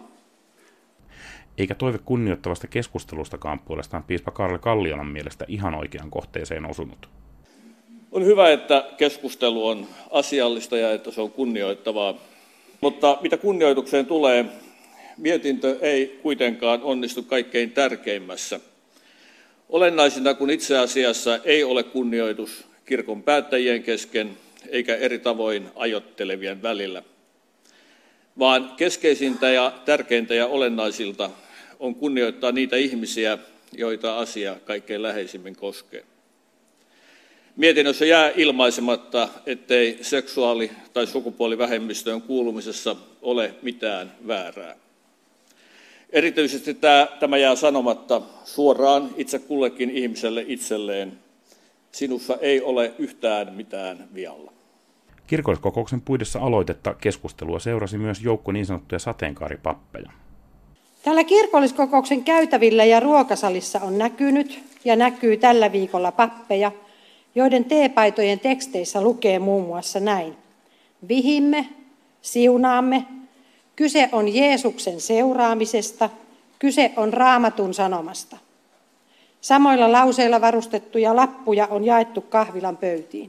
Eikä toive kunnioittavasta keskustelustakaan puolestaan piispa Karle Kalliolan mielestä ihan oikean kohteeseen osunut. On hyvä, että keskustelu on asiallista ja että se on kunnioittavaa. Mutta mitä kunnioitukseen tulee, mietintö ei kuitenkaan onnistu kaikkein tärkeimmässä. Olennaisinta, kun itse asiassa ei ole kunnioitus kirkon päättäjien kesken eikä eri tavoin ajoittelevien välillä, vaan keskeisintä ja tärkeintä ja olennaisilta on kunnioittaa niitä ihmisiä, joita asia kaikkein läheisimmin koskee. Mietinnössä jää ilmaisematta, ettei seksuaali- tai sukupuolivähemmistöön kuulumisessa ole mitään väärää. Erityisesti tämä jää sanomatta suoraan itse kullekin ihmiselle itselleen. Sinussa ei ole yhtään mitään vialla. Kirkolliskokouksen puidessa aloitetta keskustelua seurasi myös joukko niin sanottuja sateenkaaripappeja. Täällä kirkolliskokouksen käytävillä ja ruokasalissa on näkynyt ja näkyy tällä viikolla pappeja, joiden teepaitojen teksteissä lukee muun muassa näin. Vihimme, siunaamme, kyse on Jeesuksen seuraamisesta, kyse on Raamatun sanomasta. Samoilla lauseilla varustettuja lappuja on jaettu kahvilan pöytiin.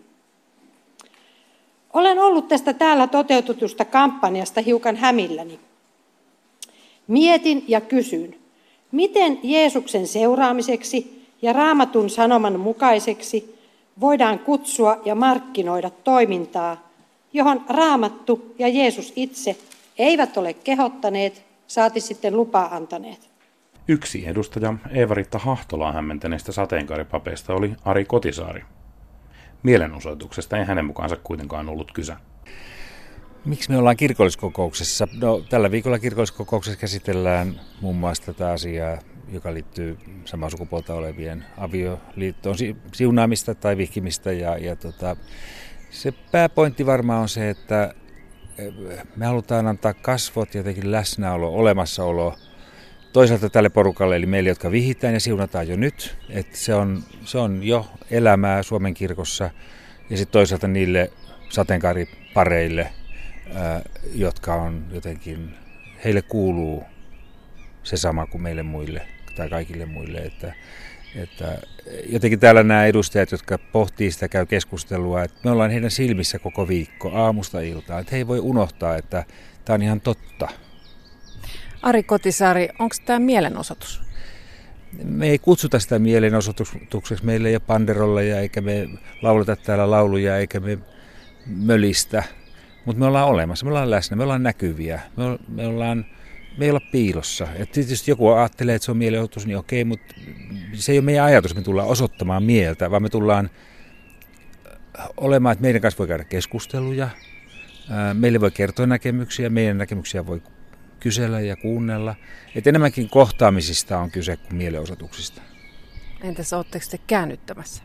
Olen ollut tästä täällä toteutetusta kampanjasta hiukan hämilläni. Mietin ja kysyn, miten Jeesuksen seuraamiseksi ja Raamatun sanoman mukaiseksi voidaan kutsua ja markkinoida toimintaa, johon Raamattu ja Jeesus itse eivät ole kehottaneet, saati sitten lupaa antaneet. Yksi edustaja Eeva-Riitta Hahtolaa hämmentäneistä sateenkaaripapeista oli Ari Kotisaari. Mielenosoituksesta ei hänen mukaansa kuitenkaan ollut kyse. Miksi me ollaan kirkolliskokouksessa? No, tällä viikolla kirkolliskokouksessa käsitellään muun muassa tätä asiaa, joka liittyy samaa sukupuolta olevien avioliittoon siunaamista tai vihkimistä. Se pääpointti varmaan on se, että me halutaan antaa kasvot, jotenkin läsnäolo, olemassaolo toisaalta tälle porukalle, eli meille, jotka vihitään ja siunataan jo nyt. Että se on jo elämää Suomen kirkossa ja sitten toisaalta niille sateenkaaripareille, jotka on jotenkin heille kuuluu se sama kuin meille muille tai kaikille muille. Että jotenkin täällä nämä edustajat, jotka pohtii sitä, käy keskustelua, että me ollaan heidän silmissä koko viikko, aamusta iltaan. Että he ei voi unohtaa, että tämä on ihan totta. Ari Kotisaari, onko tämä mielenosoitus? Me ei kutsuta sitä mielenosoitukseksi. Meillä ei ole banderolleja, eikä me lauleta täällä lauluja, eikä me mölistä. Mutta me ollaan olemassa, me ollaan läsnä, me ollaan näkyviä, me ei olla piilossa. Et tietysti joku ajattelee, että se on mielenosoitus, niin okei, mutta se ei ole meidän ajatus, me tullaan osoittamaan mieltä, vaan me tullaan olemaan, että meidän kanssa voi käydä keskusteluja, meille voi kertoa näkemyksiä, meidän näkemyksiä voi kysellä ja kuunnella. Et enemmänkin kohtaamisista on kyse kuin mielenosoituksista. Entäs ootteko te käännyttämässä?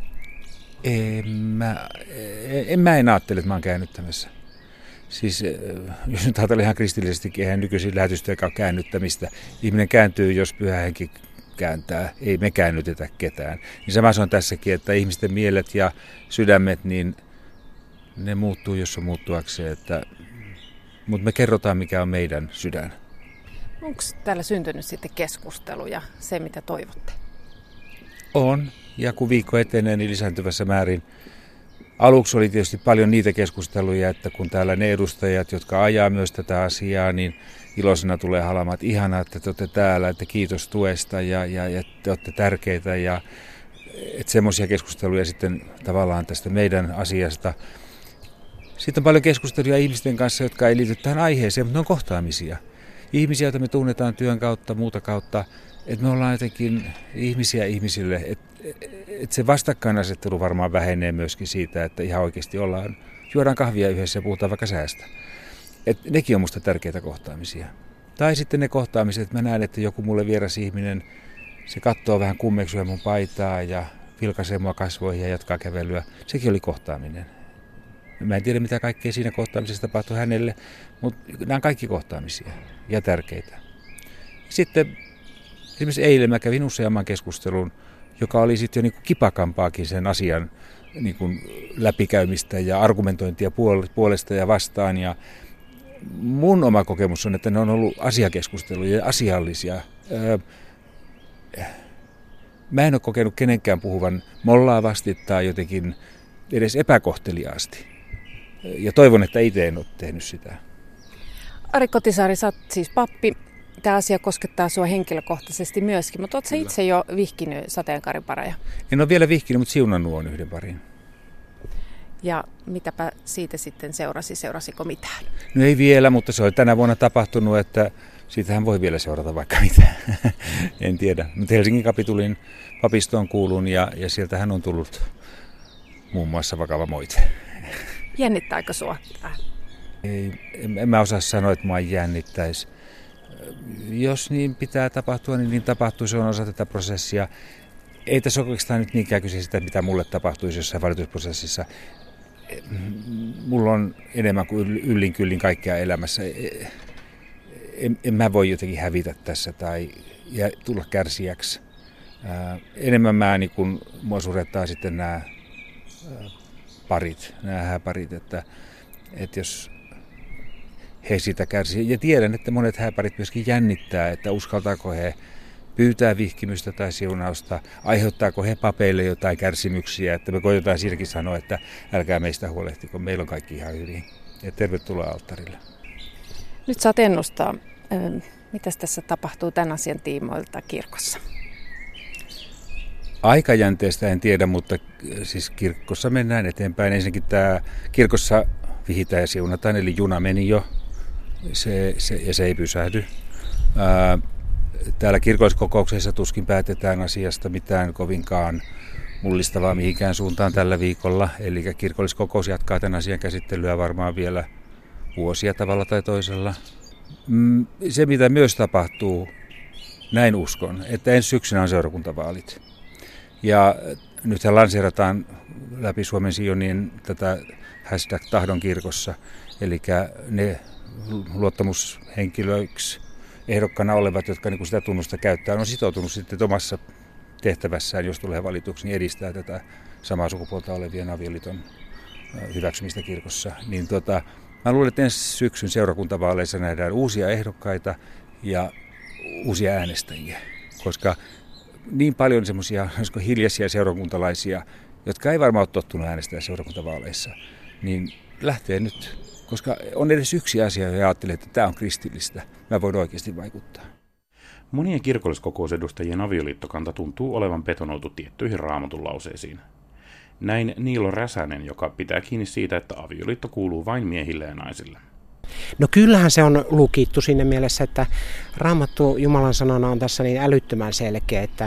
Mä en ajattele, että mä oon käännyttämässä. Siis jos nyt ajatellaan ihan kristillisestikin, eihän nykyisin lähetystöjä ole käännyttämistä. Ihminen kääntyy, jos Pyhä Henki kääntää, ei me käännytetä ketään. Niin sama se on tässäkin, että ihmisten mielet ja sydämet, niin ne muuttuu, jos on muuttuakseen. Mutta me kerrotaan, mikä on meidän sydän. Onko täällä syntynyt sitten keskusteluja, se mitä toivotte? On, ja kun viikko etenee, niin lisääntyvässä määrin. Aluksi oli tietysti paljon niitä keskusteluja, että kun täällä ne edustajat, jotka ajaa myös tätä asiaa, niin iloisena tulee halamaan, että ihanaa, että te olette täällä, että kiitos tuesta ja te olette tärkeitä. Ja että semmoisia keskusteluja sitten tavallaan tästä meidän asiasta. Sitten on paljon keskusteluja ihmisten kanssa, jotka ei liity tähän aiheeseen, mutta ne on kohtaamisia. Ihmisiä, joita me tunnetaan työn kautta, muuta kautta, että me ollaan jotenkin ihmisiä ihmisille, että se vastakkainasettelu varmaan vähenee myöskin siitä, että ihan oikeasti juodaan kahvia yhdessä ja puhutaan vaikka säästä. Että nekin on musta tärkeitä kohtaamisia. Tai sitten ne kohtaamiset, että mä näen, että joku mulle vieras ihminen, se katsoo vähän kummeksuja mun paitaa ja vilkaisee mua kasvoihin ja jatkaa kävelyä. Sekin oli kohtaaminen. Mä en tiedä, mitä kaikkea siinä kohtaamisessa tapahtui hänelle, mutta nämä on kaikki kohtaamisia ja tärkeitä. Sitten esimerkiksi eilen mä kävin useamman keskustelun, joka oli sitten jo niin kuin kipakampaakin sen asian niin kuin läpikäymistä ja argumentointia puolesta ja vastaan. Ja mun oma kokemus on, että ne on ollut asiakeskusteluja ja asiallisia. Mä en ole kokenut kenenkään puhuvan mollaavasti tai jotenkin edes epäkohteliaasti. Ja toivon, että itse en ole tehnyt sitä. Ari Kotisaari, sä oot siis pappi. Tämä asia koskettaa sinua henkilökohtaisesti myöskin, mutta oletko sä itse jo vihkinyt sateenkaaripareja? En ole vielä vihkinyt, mutta siunannut on yhden parin. Ja mitäpä siitä sitten seurasiko mitään? No ei vielä, mutta se on tänä vuonna tapahtunut, että siitähän voi vielä seurata vaikka mitään. En tiedä, mutta Helsingin kapitulin papistoon kuulun ja sieltähän on tullut muun muassa vakava moite. Jännittääkö sinua? En mä osaa sanoa, että mua jännittäisi. Jos niin pitää tapahtua, niin tapahtuu. Se on osa tätä prosessia. Ei tässä oikeastaan nyt niinkään kyse sitä, mitä mulle tapahtuisi jossain valitusprosessissa. Mulla on enemmän kuin yllin kyllin kaikkea elämässä. En mä voi jotenkin hävitä tässä tai tulla kärsijäksi. Enemmän mua surettaa sitten nämä parit, nämä hääparit, että jos he siitä kärsivät. Ja tiedän, että monet hääparit myöskin jännittää, että uskaltaako he pyytää vihkimystä tai siunausta, aiheuttaako he papeille jotain kärsimyksiä, että me koitetaan siinäkin sanoa, että älkää meistä huolehtiko, meillä on kaikki ihan hyvin. Ja tervetuloa alttarille. Nyt saat ennustaa, mitäs tässä tapahtuu tämän asian tiimoilta kirkossa? Aikajänteestä en tiedä, mutta siis kirkossa mennään eteenpäin. Ensinnäkin tämä kirkossa vihitään ja siunataan, eli juna meni jo, se ei pysähdy. Täällä kirkolliskokouksessa tuskin päätetään asiasta mitään kovinkaan mullistavaa mihinkään suuntaan tällä viikolla. Eli kirkolliskokous jatkaa tämän asian käsittelyä varmaan vielä vuosia tavalla tai toisella. Se, mitä myös tapahtuu, näin uskon, että ensi syksynä on seurakuntavaalit. Ja nythän lanseerataan läpi Suomen Sionien tätä #tahdon kirkossa, eli ne luottamushenkilöiksi ehdokkaana olevat, jotka niin kuin sitä tunnusta käyttää, on sitoutunut sitten omassa tehtävässään, jos tulee valituksi, niin edistää tätä samaa sukupuolta olevien avioliiton hyväksymistä kirkossa. Niin Mä luulen, että ensi syksyn seurakuntavaaleissa nähdään uusia ehdokkaita ja uusia äänestäjiä, koska niin paljon semmoisia hiljaisia seurakuntalaisia, jotka ei varmaan ole tottunut äänestää seurakuntavaaleissa, niin lähtee nyt, koska on edes yksi asia, ja ajattelee, että tämä on kristillistä. Mä voin oikeasti vaikuttaa. Monien kirkolliskokousedustajien avioliittokanta tuntuu olevan betonoitu tiettyihin Raamatun lauseisiin. Näin Niilo Räsänen, joka pitää kiinni siitä, että avioliitto kuuluu vain miehille ja naisille. No kyllähän se on lukittu siinä mielessä, että Raamattu Jumalan sanana on tässä niin älyttömän selkeä, että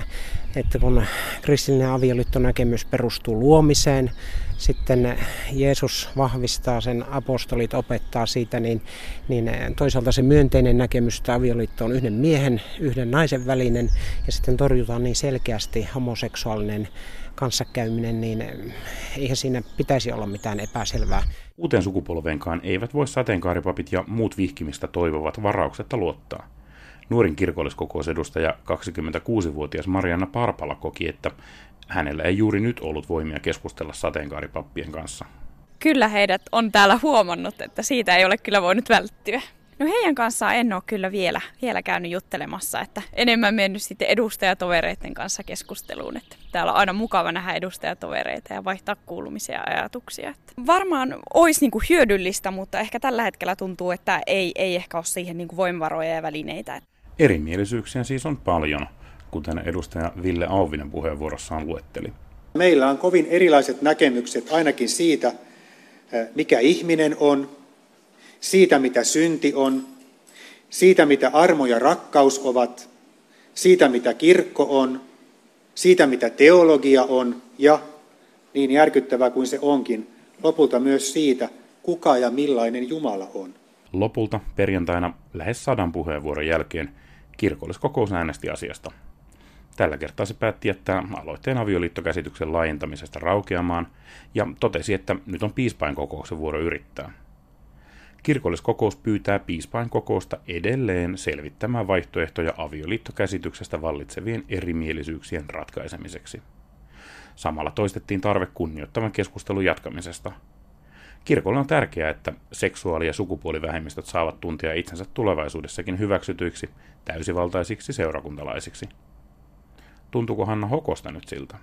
kun kristillinen avioliittonäkemys perustuu luomiseen, sitten Jeesus vahvistaa sen, apostolit opettaa siitä, niin toisaalta se myönteinen näkemys, että avioliitto on yhden miehen, yhden naisen välinen, ja sitten torjutaan niin selkeästi homoseksuaalinen kanssakäyminen, niin eihän siinä pitäisi olla mitään epäselvää. Uuteen sukupolveenkaan eivät voi sateenkaaripapit ja muut vihkimistä toivovat varauksetta luottaa. Nuorin kirkolliskokousedustaja 26-vuotias Marianna Parpala koki, että hänellä ei juuri nyt ollut voimia keskustella sateenkaaripappien kanssa. Kyllä heidät on täällä huomannut, että siitä ei ole kyllä voinut välttyä. No heidän kanssaan en ole kyllä vielä käynyt juttelemassa, että enemmän mennyt sitten edustajatovereiden kanssa keskusteluun. Että täällä on aina mukava nähdä edustajatovereita ja vaihtaa kuulumisia ja ajatuksia. Että varmaan olisi niin kuin hyödyllistä, mutta ehkä tällä hetkellä tuntuu, että ei ehkä ole siihen niin kuin voimavaroja ja välineitä. Erimielisyyksiä siis on paljon, kuten edustaja Ville Auvinen puheenvuorossaan luetteli. Meillä on kovin erilaiset näkemykset ainakin siitä, mikä ihminen on, siitä mitä synti on, siitä mitä armo ja rakkaus ovat, siitä mitä kirkko on, siitä mitä teologia on ja, niin järkyttävää kuin se onkin, lopulta myös siitä, kuka ja millainen Jumala on. Lopulta perjantaina lähes 100 puheenvuoron jälkeen kirkolliskokous äänesti asiasta. Tällä kertaa se päätti jättää aloitteen avioliittokäsityksen laajentamisesta raukeamaan ja totesi, että nyt on piispainkokouksen vuoro yrittää. Kirkolliskokous pyytää piispainkokousta edelleen selvittämään vaihtoehtoja avioliittokäsityksestä vallitsevien erimielisyyksien ratkaisemiseksi. Samalla toistettiin tarve kunnioittavan keskustelun jatkamisesta. Kirkolle on tärkeää, että seksuaali- ja sukupuolivähemmistöt saavat tuntea itsensä tulevaisuudessakin hyväksytyiksi, täysivaltaisiksi seurakuntalaisiksi. Tuntuuko Hanna Hokosta nyt siltä?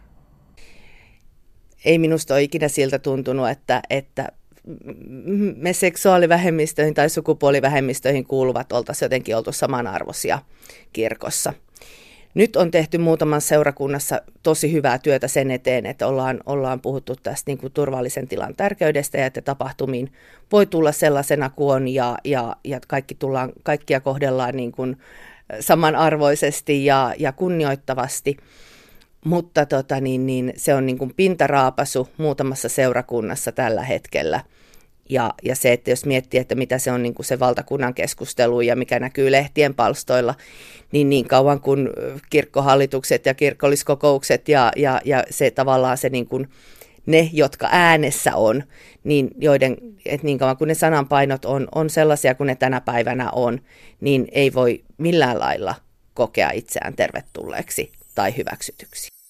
Ei minusta ole ikinä siltä tuntunut, että me seksuaalivähemmistöihin tai sukupuolivähemmistöihin kuuluvat oltaisiin oltu samanarvoisia kirkossa. Nyt on tehty muutamassa seurakunnassa tosi hyvää työtä sen eteen, että ollaan puhuttu tästä niin kuin turvallisen tilan tärkeydestä ja että tapahtumiin voi tulla sellaisena kuin on ja kaikkia kohdellaan niin kuin samanarvoisesti ja kunnioittavasti. Mutta se on niin kuin pintaraapasu muutamassa seurakunnassa tällä hetkellä. Ja se, että jos miettii, että mitä se on niin kuin se valtakunnan keskustelu ja mikä näkyy lehtien palstoilla, niin kauan kuin kirkkohallitukset ja kirkolliskokoukset ja se tavallaan se niin kuin ne, jotka äänessä on, että niin kauan kuin ne sananpainot on sellaisia kuin ne tänä päivänä on, niin ei voi millään lailla kokea itseään tervetulleeksi tai hyväksytyksi.